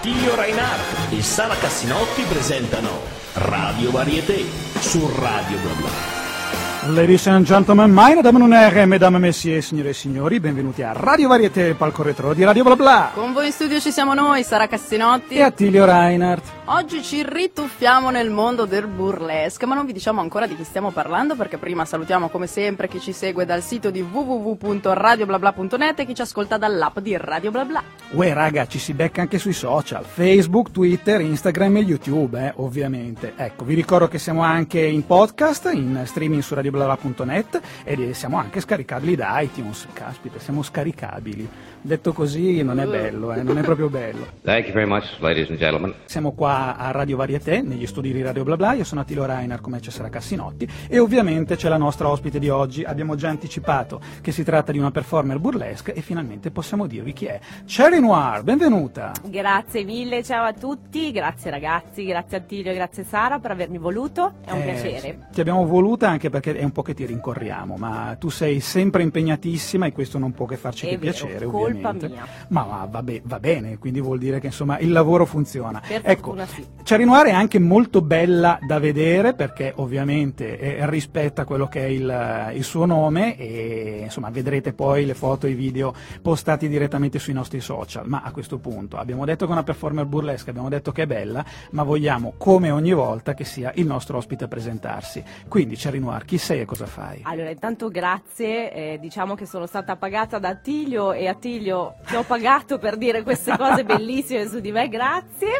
Attilio Reinhardt e Sara Cassinotti presentano Radio Varieté su Radio BlaBla. Ladies and gentlemen, meine Damen und Herren, mesdames et messieurs, signore e signori, benvenuti a Radio Varieté, il palco retro di Radio BlaBla. Con voi in studio ci siamo noi, Sara Cassinotti e Attilio Reinhardt. Oggi ci rituffiamo nel mondo del burlesque, ma non vi diciamo ancora di chi stiamo parlando, perché prima salutiamo come sempre chi ci segue dal sito di www.radioblabla.net e chi ci ascolta dall'app di Radio BlaBla. Uè raga, ci si becca anche sui social, Facebook, Twitter, Instagram e YouTube, ovviamente. Ecco, vi ricordo che siamo anche in podcast, in streaming su radioblabla.net e siamo anche scaricabili da iTunes. Caspita, siamo scaricabili. Detto così non è bello, non è proprio bello. Thank you very much, ladies and gentlemen. Siamo qua a Radio Varieté, negli studi di Radio BlaBla. Io sono Attilio Reinhardt, come c'è Sara Cassinotti, e ovviamente c'è la nostra ospite di oggi. Abbiamo già anticipato che si tratta di una performer burlesque e finalmente possiamo dirvi chi è. Cherry Noir, benvenuta. Grazie mille, ciao a tutti, grazie ragazzi, grazie Attilio e grazie Sara per avermi voluto, è un piacere. Ti abbiamo voluta anche perché è un po' che ti rincorriamo, ma tu sei sempre impegnatissima e questo non può che farci che piacere, ovviamente. Colpa mia. Ma va bene, quindi vuol dire che insomma il lavoro funziona. Per ecco, fortuna sì. Cherry Noir è anche molto bella da vedere perché ovviamente rispetta quello che è il suo nome e insomma vedrete poi le foto e i video postati direttamente sui nostri social. Ma a questo punto abbiamo detto che è una performer burlesque, abbiamo detto che è bella, ma vogliamo come ogni volta che sia il nostro ospite a presentarsi. Quindi Cherry Noir, chi sei e cosa fai? Allora intanto grazie, diciamo che sono stata pagata da Attilio e Attilio ti ho pagato per dire queste cose bellissime su di me, grazie.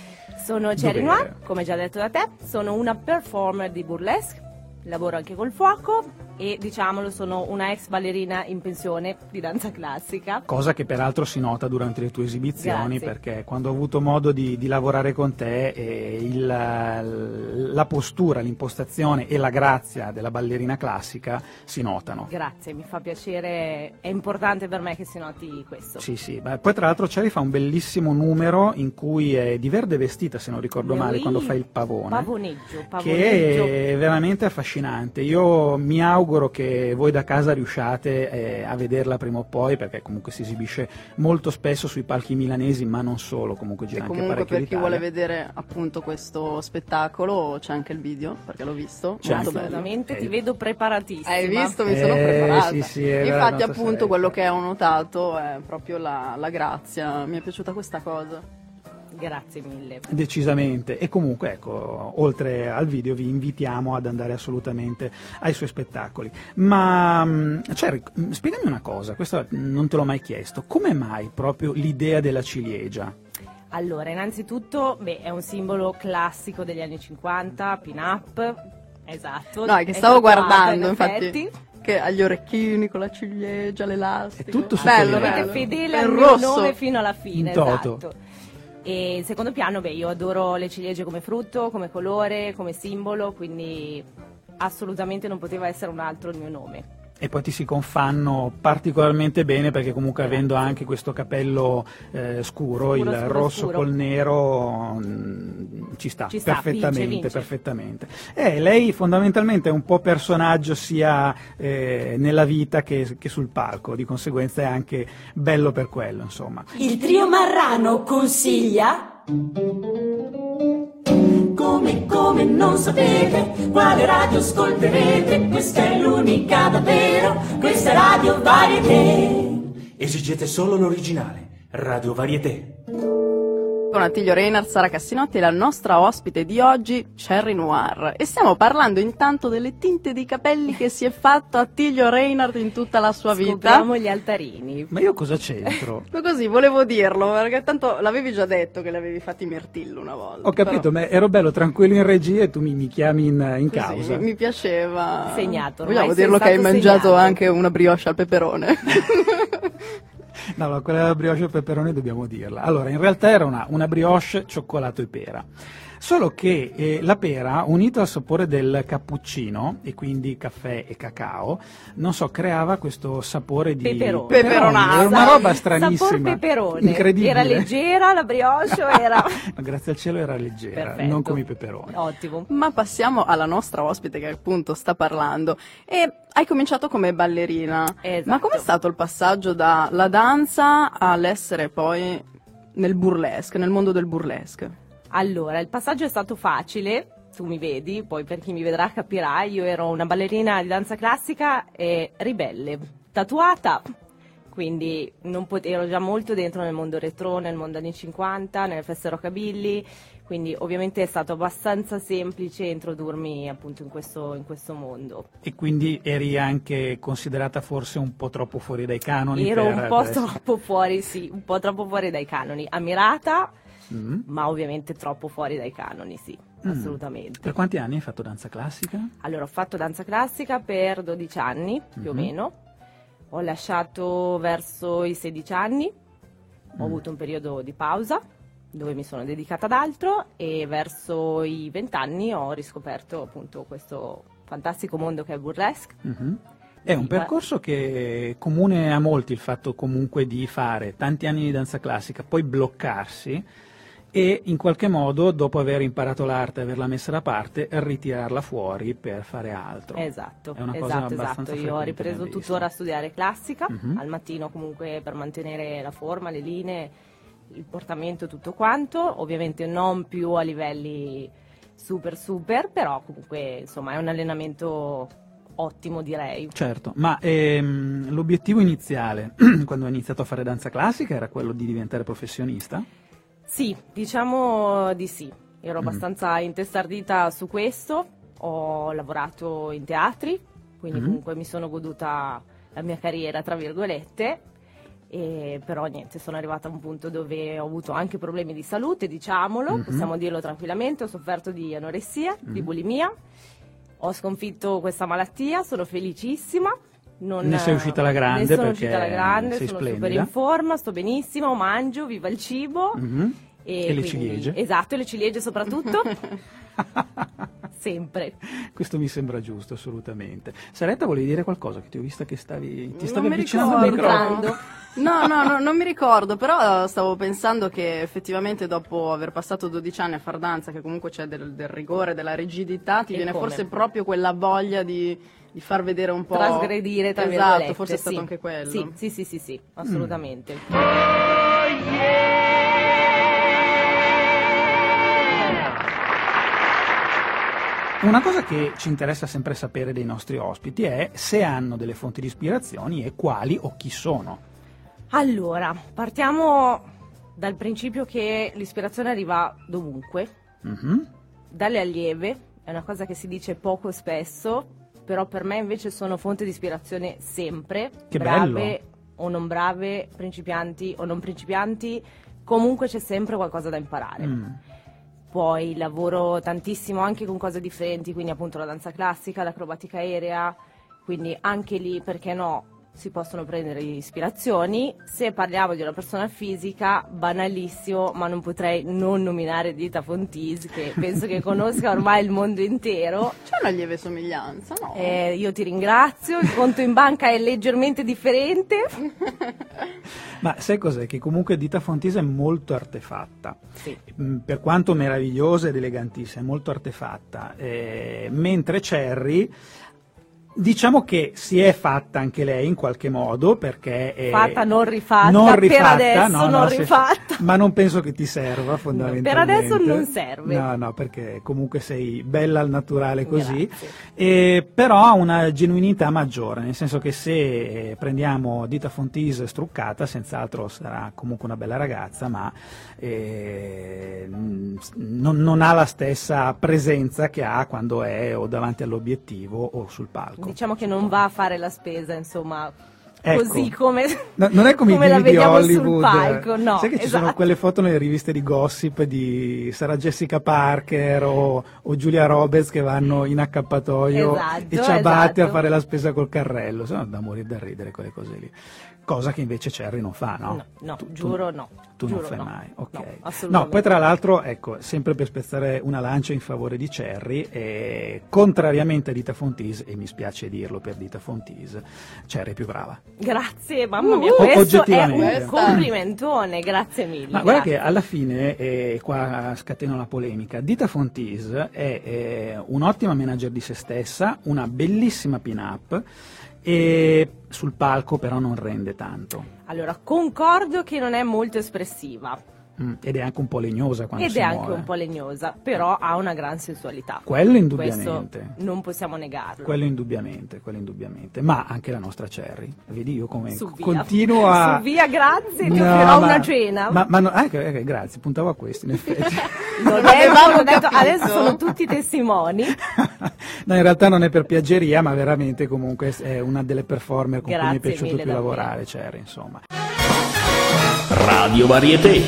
Sono Cherry Noir, come già detto da te, sono una performer di burlesque, lavoro anche col fuoco e diciamolo sono una ex ballerina in pensione di danza classica. Cosa che peraltro si nota durante le tue esibizioni. Grazie. Perché quando ho avuto modo di lavorare con te la postura, l'impostazione e la grazia della ballerina classica si notano. Grazie, mi fa piacere, è importante per me che si noti questo. Sì, beh, poi tra l'altro Cherry fa un bellissimo numero in cui è di verde vestita, se non ricordo male, quando fa il pavone. Pavoneggio. Che è veramente affascinante. Io mi auguro che voi da casa riusciate a vederla prima o poi, perché comunque si esibisce molto spesso sui palchi milanesi, ma non solo, comunque gira anche comunque parecchio per chi d'Italia. vuole vedere appunto questo spettacolo c'è anche il video, perché l'ho visto, C'è molto Assolutamente, bello. ti vedo preparatissima. Hai visto? Mi sono preparata. sì, è Infatti la appunto nostra quello che ho notato è proprio la grazia, mi è piaciuta questa cosa. Grazie mille. Decisamente. E comunque ecco, oltre al video vi invitiamo ad andare assolutamente ai suoi spettacoli. Ma Cherry, spiegami una cosa, questo non te l'ho mai chiesto, come mai proprio l'idea della ciliegia? Allora, innanzitutto, è un simbolo classico degli anni 50, pin-up, esatto. No, è che è stavo tatuata, guardando, in infatti, effetti. che ha gli orecchini con la ciliegia, l'elastico. È tutto su bello, quelle- Siete bello. fedele È al mio rosso. nome fino alla fine, In toto. esatto. E in secondo piano, io adoro le ciliegie come frutto, come colore, come simbolo, quindi assolutamente non poteva essere un altro il mio nome. E poi ti si confanno particolarmente bene perché comunque avendo anche questo capello scuro, il rosso scuro. col nero ci sta perfettamente, vince. perfettamente. Lei fondamentalmente è un po' personaggio sia nella vita che sul palco, di conseguenza è anche bello per quello, insomma. Il trio Marrano consiglia. Come non sapete quale radio ascolterete, questa è l'unica davvero, questa è Radio Varieté. Esigete solo l'originale, Radio Varieté. Con Attilio Reinhardt, Sara Cassinotti e la nostra ospite di oggi, Cherry Noir. E stiamo parlando intanto delle tinte dei capelli che si è fatto Attilio Reinhardt in tutta la sua vita. Scopriamo gli altarini. Ma io cosa c'entro? Ma così, volevo dirlo, perché tanto l'avevi già detto che l'avevi fatti mirtillo una volta. Ho capito, però ma ero bello tranquillo in regia e tu mi chiami in così, causa. mi piaceva. Segnato, ormai Vogliamo sei dirlo che hai stato mangiato segnato. anche una brioche al peperone. No, quella della brioche e peperoni dobbiamo dirla. Allora, in realtà era una brioche cioccolato e pera. Solo che la pera, unita al sapore del cappuccino, e quindi caffè e cacao, non so, creava questo sapore di Peperone. Peperonata. Era una roba stranissima. Sapor peperone. Incredibile. Era leggera la brioche o era... Ma grazie al cielo era leggera, Perfetto. non come i peperoni. Ottimo. Ma passiamo alla nostra ospite che appunto sta parlando. E hai cominciato come ballerina. Esatto. Ma com'è stato il passaggio dalla danza all'essere poi nel burlesque, nel mondo del burlesque? Allora, il passaggio è stato facile, tu mi vedi, poi per chi mi vedrà capirà, io ero una ballerina di danza classica e ribelle, tatuata, quindi ero già molto dentro nel mondo retro, nel mondo anni 50, nelle feste rockabilly, quindi ovviamente è stato abbastanza semplice introdurmi appunto in questo mondo. E quindi eri anche considerata forse un po' troppo fuori dai canoni? Ero un po' troppo fuori, sì, un po' troppo fuori dai canoni, ammirata, ma ovviamente troppo fuori dai canoni, sì, assolutamente. Per quanti anni hai fatto danza classica? Allora, ho fatto danza classica per 12 anni, più o meno. Ho lasciato verso i 16 anni, ho avuto un periodo di pausa dove mi sono dedicata ad altro e verso i 20 anni ho riscoperto appunto questo fantastico mondo che è il burlesque. È un percorso che è comune a molti, il fatto comunque di fare tanti anni di danza classica, poi bloccarsi e in qualche modo, dopo aver imparato l'arte e averla messa da parte, ritirarla fuori per fare altro. Esatto, è una cosa esatto. Io ho ripreso frequente, tuttora a studiare classica, al mattino comunque per mantenere la forma, le linee, il portamento, tutto quanto, ovviamente non più a livelli super, però comunque insomma è un allenamento ottimo, direi. Certo, ma l'obiettivo iniziale, quando hai iniziato a fare danza classica, era quello di diventare professionista? Sì, diciamo di sì. Ero abbastanza intestardita su questo, ho lavorato in teatri, quindi comunque mi sono goduta la mia carriera, tra virgolette, però niente, sono arrivata a un punto dove ho avuto anche problemi di salute, diciamolo, possiamo dirlo tranquillamente, ho sofferto di anoressia, di bulimia, ho sconfitto questa malattia, sono felicissima. Ne sei uscita alla grande, ne sono perché uscita alla grande, sei sono splendida. super in forma, sto benissimo, mangio, viva il cibo. E le ciliegie. Esatto, e le ciliegie soprattutto. Sempre. Questo mi sembra giusto, assolutamente. Saretta, volevi dire qualcosa? Che ti ho vista che ti stavi mi avvicinando al ricordo. microfono. No, non mi ricordo, però stavo pensando che effettivamente dopo aver passato 12 anni a far danza, che comunque c'è del rigore, della rigidità, ti E viene come? forse proprio quella voglia di far vedere un po'... Trasgredire, tra Esatto, virgolette. forse è stato sì. anche quello. Sì, assolutamente. Una cosa che ci interessa sempre sapere dei nostri ospiti è se hanno delle fonti di ispirazioni e quali o chi sono. Allora, partiamo dal principio che l'ispirazione arriva dovunque, dalle allieve, è una cosa che si dice poco spesso, però per me invece sono fonte di ispirazione sempre, Che brave bello. o non brave, principianti o non principianti, comunque c'è sempre qualcosa da imparare. Poi lavoro tantissimo anche con cose differenti, quindi appunto la danza classica, l'acrobatica aerea, quindi anche lì, perché no, si possono prendere ispirazioni. Se parliamo di una persona fisica, banalissimo, ma non potrei non nominare Dita Fontise, che penso che conosca ormai il mondo intero. C'è una lieve somiglianza, no? Io ti ringrazio, il conto in banca è leggermente differente. Ma sai cos'è? Che comunque Dita Fontise è molto artefatta. Sì. Per quanto meravigliosa ed elegantissima, è molto artefatta. Mentre Cherry, diciamo che si è fatta anche lei in qualche modo, perché è Fatta, non rifatta, non per rifatta, adesso non si è rifatta. ma non penso che ti serva fondamentalmente. Per adesso non serve. No, perché comunque sei bella al naturale così. Grazie. Però ha una genuinità maggiore, nel senso che se prendiamo Dita Fontise struccata, senz'altro sarà comunque una bella ragazza, ma non ha la stessa presenza che ha quando è o davanti all'obiettivo o sul palco. Diciamo che non va a fare la spesa, insomma, Ecco. così come, Non è come i la divi di vediamo Hollywood. sul palco, no. Sai che ci sono esatto. quelle foto nelle riviste di gossip di Sarah Jessica Parker o Julia Roberts che vanno in accappatoio Esatto, e ciabatte esatto. a fare la spesa col carrello. Sono da morire da ridere quelle cose lì. Cosa che invece Cherry non fa, no? No, giuro no. Tu Giuro non fai no. mai, ok. No, No, assolutamente. poi tra l'altro, ecco, sempre per spezzare una lancia in favore di Cherry, contrariamente a Dita Fontise, e mi spiace dirlo per Dita Fontise, Cherry è più brava. Grazie, mamma mia, O- questo è oggettivamente. un complimentone, grazie mille. Ma guarda grazie. che alla fine, qua scateno la polemica, Dita Fontise è un'ottima manager di se stessa, una bellissima pin-up, e sul palco però non rende tanto. Allora, concordo che non è molto espressiva, Ed è anche un po' legnosa quando Ed si è muove. anche un po' legnosa, però ha una gran sensualità. Quello indubbiamente. Questo non possiamo negarlo. Quello indubbiamente. Ma anche la nostra Cherry. Vedi io come Su via. continuo a... Su via, grazie, ti No, offrirò ma- una cena. Ma no, grazie, puntavo a questo in effetti. L'ho detto, adesso sono tutti testimoni. No, in realtà non è per piaggeria, ma veramente comunque è una delle performer con cui mi è Grazie piaciuto mille, più davvero. lavorare, Cherry, insomma. Radio Varieté.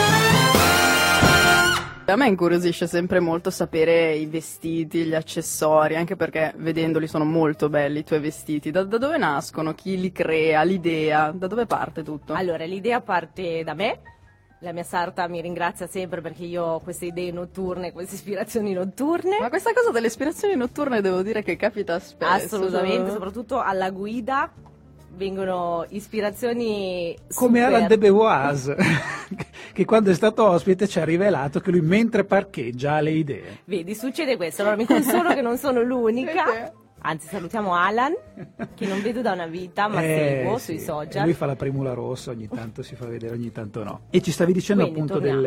A me incuriosisce sempre molto sapere i vestiti, gli accessori, anche perché vedendoli sono molto belli i tuoi vestiti. Da dove nascono? Chi li crea? L'idea? Da dove parte tutto? Allora, l'idea parte da me. La mia sarta mi ringrazia sempre perché io ho queste idee notturne, queste ispirazioni notturne. Ma questa cosa delle ispirazioni notturne devo dire che capita spesso. Assolutamente, soprattutto alla guida vengono ispirazioni Come super. Alain de Beauvoise, che quando è stato ospite ci ha rivelato che lui mentre parcheggia ha le idee. Vedi, succede questo. Allora mi consolo che non sono l'unica. Anzi, salutiamo Alan, che non vedo da una vita, ma seguo Sì, sui e social. lui fa la primula rossa, ogni tanto si fa vedere, ogni tanto no. E ci stavi dicendo Quindi, appunto torniamo.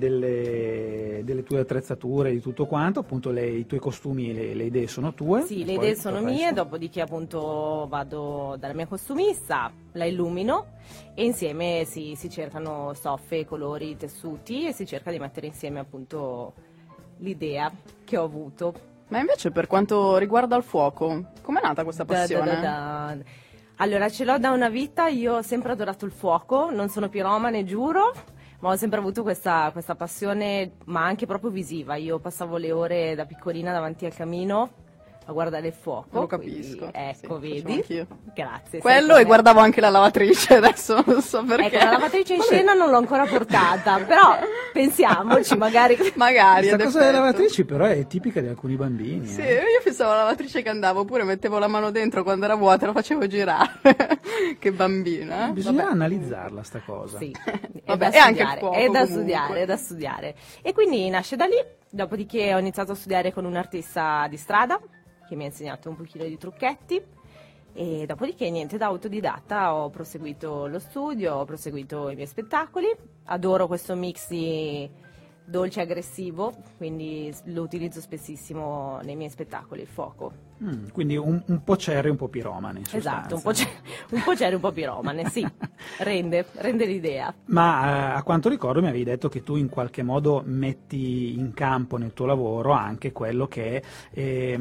delle tue attrezzature, di tutto quanto, appunto i tuoi costumi e le idee sono tue. Sì, e le poi idee tutto sono il mie, resto. dopodiché appunto vado dalla mia costumista, la illumino e insieme si cercano stoffe, colori, tessuti e si cerca di mettere insieme appunto l'idea che ho avuto. Ma invece per quanto riguarda il fuoco, com'è nata questa passione? Allora, ce l'ho da una vita, io ho sempre adorato il fuoco, non sono piromane, giuro, ma ho sempre avuto questa passione, ma anche proprio visiva. Io passavo le ore da piccolina davanti al camino a guardare il fuoco. Lo capisco. Quindi, ecco, sì, vedi? faccio anch'io. Grazie. Quello sai e com'è. guardavo anche la lavatrice, adesso non so perché. Ecco, la lavatrice in scena non l'ho ancora portata, però pensiamoci, magari. Magari. Questa ad cosa delle effetto. lavatrici però è tipica di alcuni bambini. Sì, eh. io pensavo alla lavatrice che andavo, oppure mettevo la mano dentro quando era vuota e la facevo girare. Che bambina. Bisogna Vabbè. analizzarla sta cosa. Sì, Vabbè, e anche il fuoco, è da comunque. studiare, è da studiare. E quindi nasce da lì, dopodiché ho iniziato a studiare con un artista di strada che mi ha insegnato un pochino di trucchetti e dopodiché niente, da autodidatta ho proseguito lo studio, ho proseguito i miei spettacoli, adoro questo mix di dolce e aggressivo, quindi lo utilizzo spessissimo nei miei spettacoli, il fuoco. Quindi un po' cherry, un po' piromane. in Esatto, sostanza. un po' c'era un po' piromane, sì, rende l'idea. Ma a quanto ricordo mi avevi detto che tu in qualche modo metti in campo nel tuo lavoro anche quello che è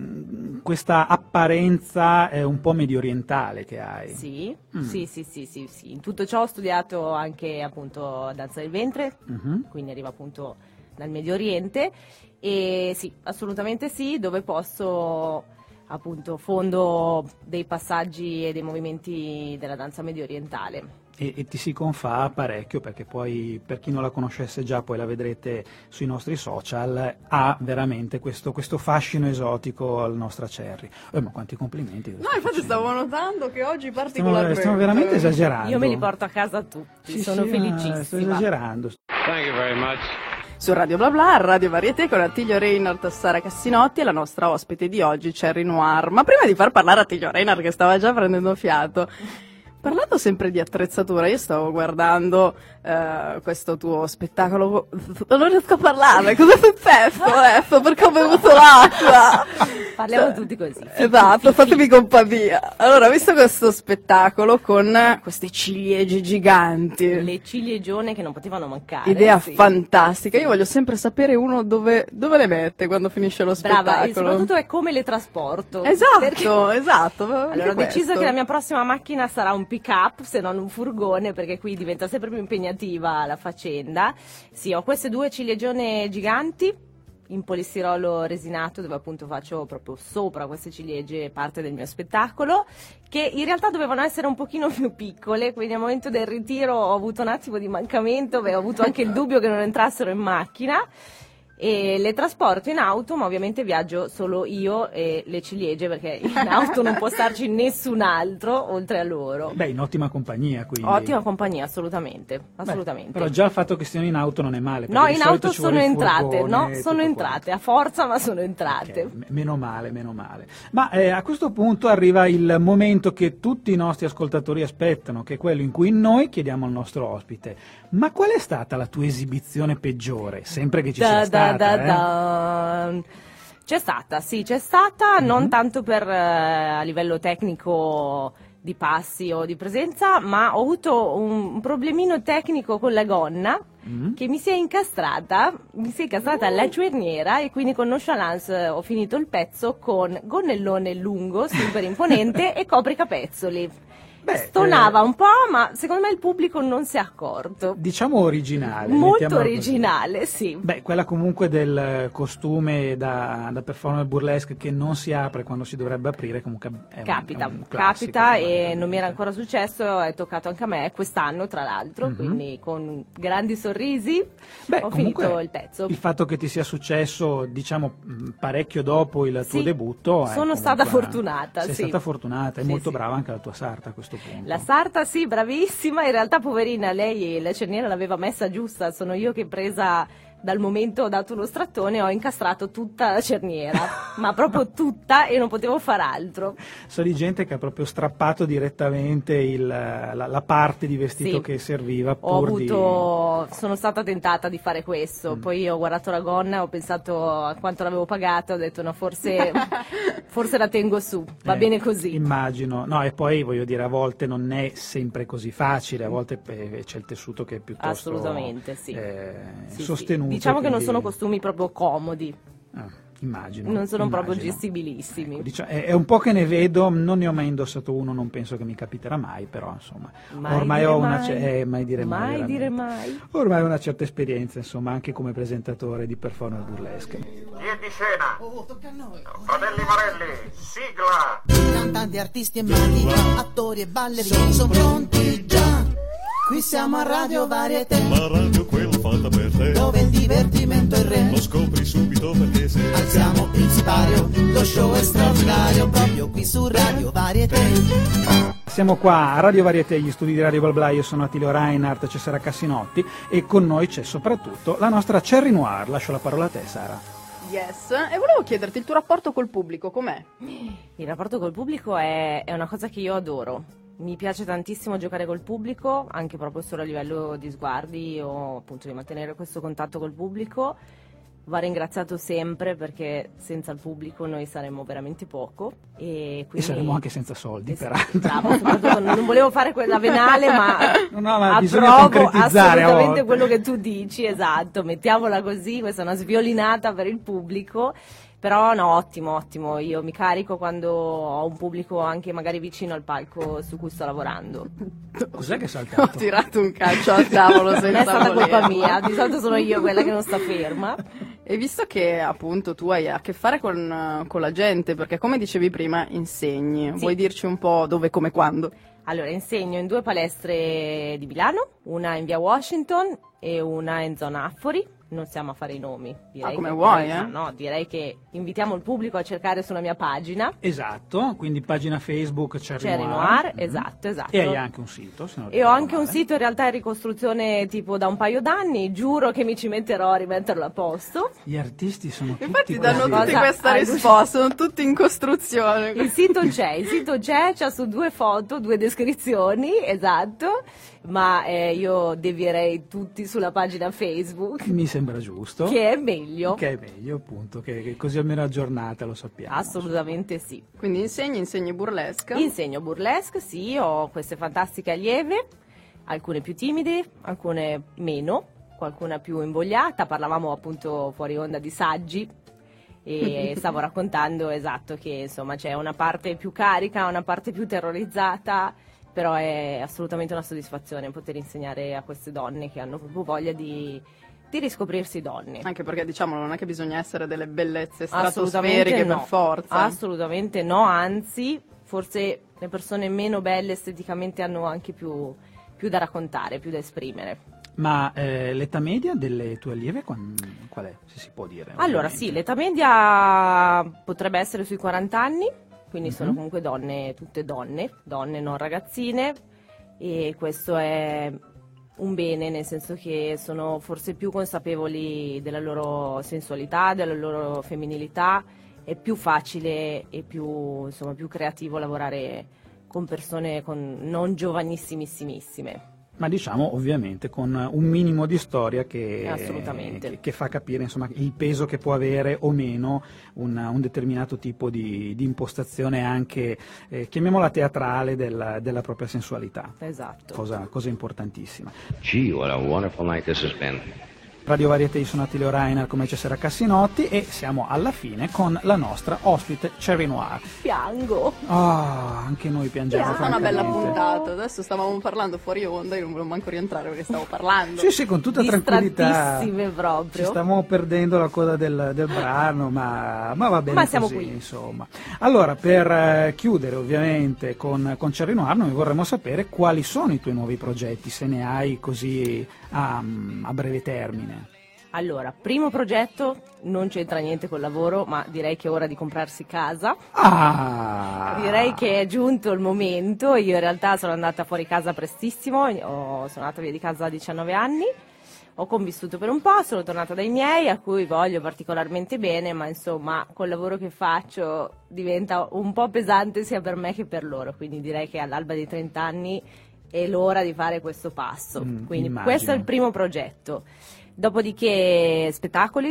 questa apparenza un po' medio orientale che hai. Sì, sì. In tutto ciò ho studiato anche appunto danza del ventre, quindi arriva appunto dal Medio Oriente e sì, assolutamente sì, dove posso appunto fondo dei passaggi e dei movimenti della danza medio orientale. E ti si confà parecchio perché poi per chi non la conoscesse già, poi la vedrete sui nostri social, ha veramente questo fascino esotico al nostra Cherry. Ma quanti complimenti. No, infatti stavo notando che oggi particolarmente... Stiamo veramente esagerando. Io me li porto a casa tutti, Sì, sono sì, felicissima. sto esagerando. Thank you very much. Su Radio Bla Bla, Radio Varieté con Attilio Reinhardt, Sara Cassinotti e la nostra ospite di oggi, Cherry Noir. Ma prima di far parlare Attilio Reinhardt, che stava già prendendo fiato, parlando sempre di attrezzatura, io stavo guardando questo tuo spettacolo, non riesco a parlare, cosa è successo adesso? Perché ho bevuto l'acqua? Parliamo tutti così. Esatto, fatemi compagnia. Allora, ho visto questo spettacolo con queste ciliegie giganti. Le ciliegione che non potevano mancare. Idea sì. fantastica, io voglio sempre sapere uno dove le mette quando finisce lo Brava, e spettacolo. soprattutto è come le trasporto. Esatto, Perché- esatto. Allora ho deciso che la mia prossima macchina sarà un pick-up, se non un furgone, perché qui diventa sempre più impegnativa la faccenda. Sì, ho queste due ciliegione giganti in polistirolo resinato, dove appunto faccio proprio sopra queste ciliegie parte del mio spettacolo, che in realtà dovevano essere un pochino più piccole, quindi al momento del ritiro ho avuto un attimo di mancamento, ho avuto anche il dubbio che non entrassero in macchina. e le trasporto in auto, ma ovviamente viaggio solo io e le ciliegie, perché in auto non può starci nessun altro oltre a loro. Beh, in ottima compagnia, quindi. Ottima compagnia, assolutamente, assolutamente. Però già il fatto che stiano in auto non è male. No, di in solito auto ci vuole sono il entrate, furgone no? e Sono tutto entrate, a forza, ma sono entrate. Ok, meno male. Ma a questo punto arriva il momento che tutti i nostri ascoltatori aspettano, che è quello in cui noi chiediamo al nostro ospite: ma qual è stata la tua esibizione peggiore? Sempre che ci sia stata, C'è stata, non tanto per a livello tecnico di passi o di presenza, ma ho avuto un problemino tecnico con la gonna che mi si è incastrata alla cerniera, e quindi con nonchalance ho finito il pezzo con gonnellone lungo, super imponente e copricapezzoli. Stonava un po', ma secondo me il pubblico non si è accorto. Diciamo originale. Molto originale, così. Sì. Beh, quella comunque del costume da performer burlesque che non si apre quando si dovrebbe aprire, comunque è un classico, capita, e non mi era ancora successo, è toccato anche a me quest'anno tra l'altro, quindi con grandi sorrisi ho finito il pezzo. Il fatto che ti sia successo, diciamo, parecchio dopo il tuo debutto, sono stata fortunata. Sei stata fortunata, è molto brava anche la tua sarta a questo punto. La sarta sì, bravissima, in realtà poverina, lei la cerniera l'aveva messa giusta, sono io che presa dal momento ho dato lo strattone, ho incastrato tutta la cerniera, ma proprio tutta, e non potevo far altro. So di gente che ha proprio strappato direttamente la parte di vestito che serviva. Sono stata tentata di fare questo, poi ho guardato la gonna, ho pensato a quanto l'avevo pagata, ho detto no, forse la tengo su, va bene così. Immagino, no, e poi voglio dire, a volte non è sempre così facile, a volte c'è il tessuto che è piuttosto assolutamente sostenuto. Diciamo che non sono costumi proprio comodi. Immagino. Non sono proprio gestibilissimi. Ecco, è un po' che ne vedo, non ne ho mai indossato uno, non penso che mi capiterà mai, però insomma, ormai ho mai dire mai. Ormai ho una certa esperienza, insomma, anche come presentatore di performance burlesque. Chi è di scena? Tocca a noi. Fratelli Marelli, sigla! Cantanti, artisti e maghi, attori e ballerini sono pronti già. Qui siamo a Radio Varieté, la radio quella fatta per te, dove il divertimento è re. Lo scopri subito perché se alziamo il sipario, lo show è straordinario, proprio qui su Radio Varieté. Siamo qua a Radio Varieté, gli studi di Radio BlaBla. Io sono Attilio Reinhardt, c'è Sara Cassinotti e con noi c'è soprattutto la nostra Cherry Noir. Lascio la parola a te, Sara. Yes, e volevo chiederti il tuo rapporto col pubblico, com'è? Il rapporto col pubblico è una cosa che io adoro. Mi piace tantissimo giocare col pubblico, anche proprio solo a livello di sguardi o appunto di mantenere questo contatto col pubblico. Va ringraziato sempre, perché senza il pubblico noi saremmo veramente poco. E saremmo anche senza soldi, peraltro. Bravo, soprattutto non volevo fare quella venale, ma bisogna concretizzare assolutamente quello che tu dici, esatto, mettiamola così, questa è una sviolinata per il pubblico. Però no, ottimo, io mi carico quando ho un pubblico anche magari vicino al palco su cui sto lavorando. Cos'è che saltato? Ho tirato un calcio al tavolo senza non è stata volerlo. colpa mia, di solito sono io quella che non sta ferma. E visto che appunto tu hai a che fare con la gente, perché come dicevi prima insegni, vuoi dirci un po' dove, come, quando? Allora, insegno in 2 palestre di Milano, una in via Washington e una in zona Affori. Non stiamo a fare i nomi, direi come vuoi, No, direi che invitiamo il pubblico a cercare sulla mia pagina. Esatto, quindi pagina Facebook Cherry Noir, esatto. E hai anche un sito, se non E ho anche un sito in realtà in ricostruzione tipo da un paio d'anni, giuro che mi ci metterò a rimetterlo a posto. Gli artisti sono tutti Infatti danno tutti questa risposta, sono tutti in costruzione. Il sito c'è su 2 foto, 2 descrizioni, esatto. Ma io devierei tutti sulla pagina Facebook. Mi sembra giusto. Che è meglio, appunto, che così almeno aggiornata lo sappiamo. Assolutamente sì. Quindi insegni burlesque? Insegno burlesque, sì, ho queste fantastiche allieve, alcune più timide, alcune meno, qualcuna più invogliata. Parlavamo appunto fuori onda di saggi e stavo raccontando, esatto, che insomma c'è una parte più carica, una parte più terrorizzata. Però è assolutamente una soddisfazione poter insegnare a queste donne che hanno proprio voglia di riscoprirsi donne. Anche perché, diciamolo, non è che bisogna essere delle bellezze stratosferiche per forza. Assolutamente no, anzi, forse le persone meno belle esteticamente hanno anche più da raccontare, più da esprimere. Ma l'età media delle tue allieve qual è, se si può dire? Allora sì, l'età media potrebbe essere sui 40 anni, quindi sono comunque donne, tutte donne non ragazzine, e questo è un bene, nel senso che sono forse più consapevoli della loro sensualità, della loro femminilità, è più facile e più creativo lavorare con persone non giovanissimissime. Ma diciamo ovviamente con un minimo di storia che fa capire insomma il peso che può avere o meno un determinato tipo di impostazione anche, chiamiamola teatrale, della propria sensualità. Esatto. Cosa importantissima. Gee, what a wonderful night this has been. Radio Varieté, sono Attilio Reiner, come c'è Sera Cassinotti, e siamo alla fine con la nostra ospite Cherry Noir. Piango. Anche noi piangiamo. È una bella puntata. Adesso stavamo parlando fuori onda e non volevo manco rientrare perché stavo parlando. Sì, con tutta tranquillità. Proprio. Ci stiamo perdendo la coda del brano, ma va bene. Ma siamo così, qui. Insomma. Allora, per chiudere ovviamente con Cherry Noir, noi vorremmo sapere quali sono i tuoi nuovi progetti, se ne hai così a breve termine. Allora, primo progetto, non c'entra niente col lavoro, ma direi che è ora di comprarsi casa. Direi che è giunto il momento. Io in realtà sono andata fuori casa prestissimo, sono andata via di casa a 19 anni, ho convissuto per un po', sono tornata dai miei, a cui voglio particolarmente bene, ma insomma col lavoro che faccio diventa un po' pesante sia per me che per loro, quindi direi che all'alba dei 30 anni è l'ora di fare questo passo. Quindi immagino. questo è il primo progetto. Dopodiché spettacoli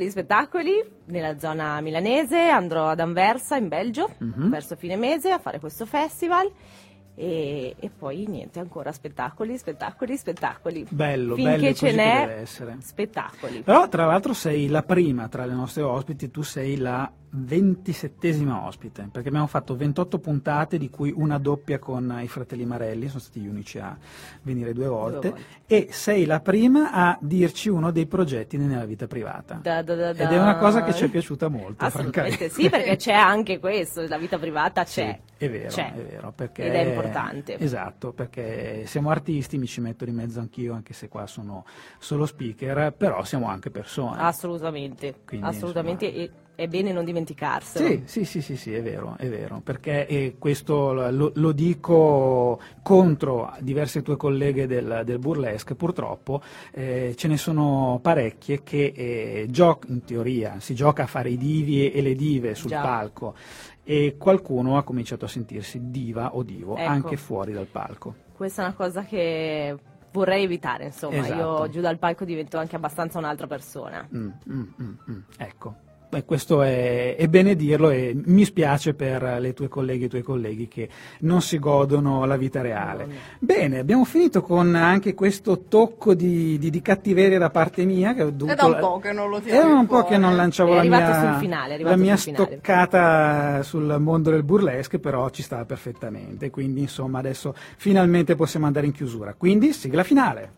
nella zona milanese, andrò ad Anversa in Belgio verso fine mese a fare questo festival e poi niente, ancora spettacoli. Bello, finché bello, ce così n'è, deve essere. spettacoli. Però tra l'altro sei la prima tra le nostre ospiti, tu sei la 27esima ospite, perché abbiamo fatto 28 puntate, di cui una doppia con i fratelli Marelli, sono stati gli unici a venire due volte, e sei la prima a dirci uno dei progetti nella vita privata. Ed è una cosa che ci è piaciuta molto, assolutamente francamente. sì, perché c'è anche questo, la vita privata c'è. Sì, è vero, perché ed è importante. Esatto, perché siamo artisti, mi ci metto di mezzo anch'io, anche se qua sono solo speaker, però siamo anche persone. Assolutamente, quindi, assolutamente. Insomma, è bene non dimenticarselo. Sì, è vero, perché questo lo dico contro diverse tue colleghe del burlesque, purtroppo ce ne sono parecchie che in teoria si gioca a fare i divi e le dive sul palco, e qualcuno ha cominciato a sentirsi diva o divo anche fuori dal palco. Questa è una cosa che vorrei evitare, insomma. Esatto. Io giù dal palco divento anche abbastanza un'altra persona. Ecco. Questo è bene dirlo, e mi spiace per le tue colleghe e i tuoi colleghi che non si godono la vita reale. Bene, abbiamo finito con anche questo tocco di cattiveria da parte mia, che ho dovuto, è da un po' che non lo tiro. Era un po' che non lanciavo la mia sul stoccata sul mondo del burlesque, però ci stava perfettamente, quindi insomma adesso finalmente possiamo andare in chiusura. Quindi sigla finale.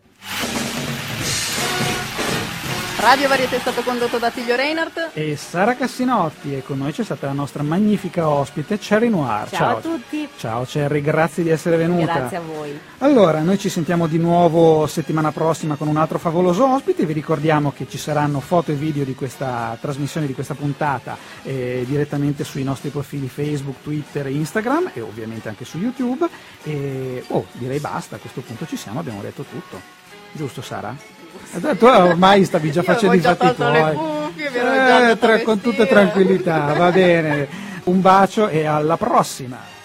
Radio Varieté è stato condotto da Attilio Reinhardt e Sara Cassinotti, e con noi c'è stata la nostra magnifica ospite Cherry Noir. Ciao a tutti. Ciao Cherry, grazie di essere venuta. Grazie a voi. Allora, noi ci sentiamo di nuovo settimana prossima con un altro favoloso ospite. Vi ricordiamo che ci saranno foto e video di questa trasmissione, di questa puntata, direttamente sui nostri profili Facebook, Twitter e Instagram, e ovviamente anche su YouTube. E direi basta, a questo punto ci siamo, abbiamo detto tutto. Giusto, Sara? Tu ormai stavi già facendo i fatti tuoi. Con tutta tranquillità, va bene. Un bacio e alla prossima.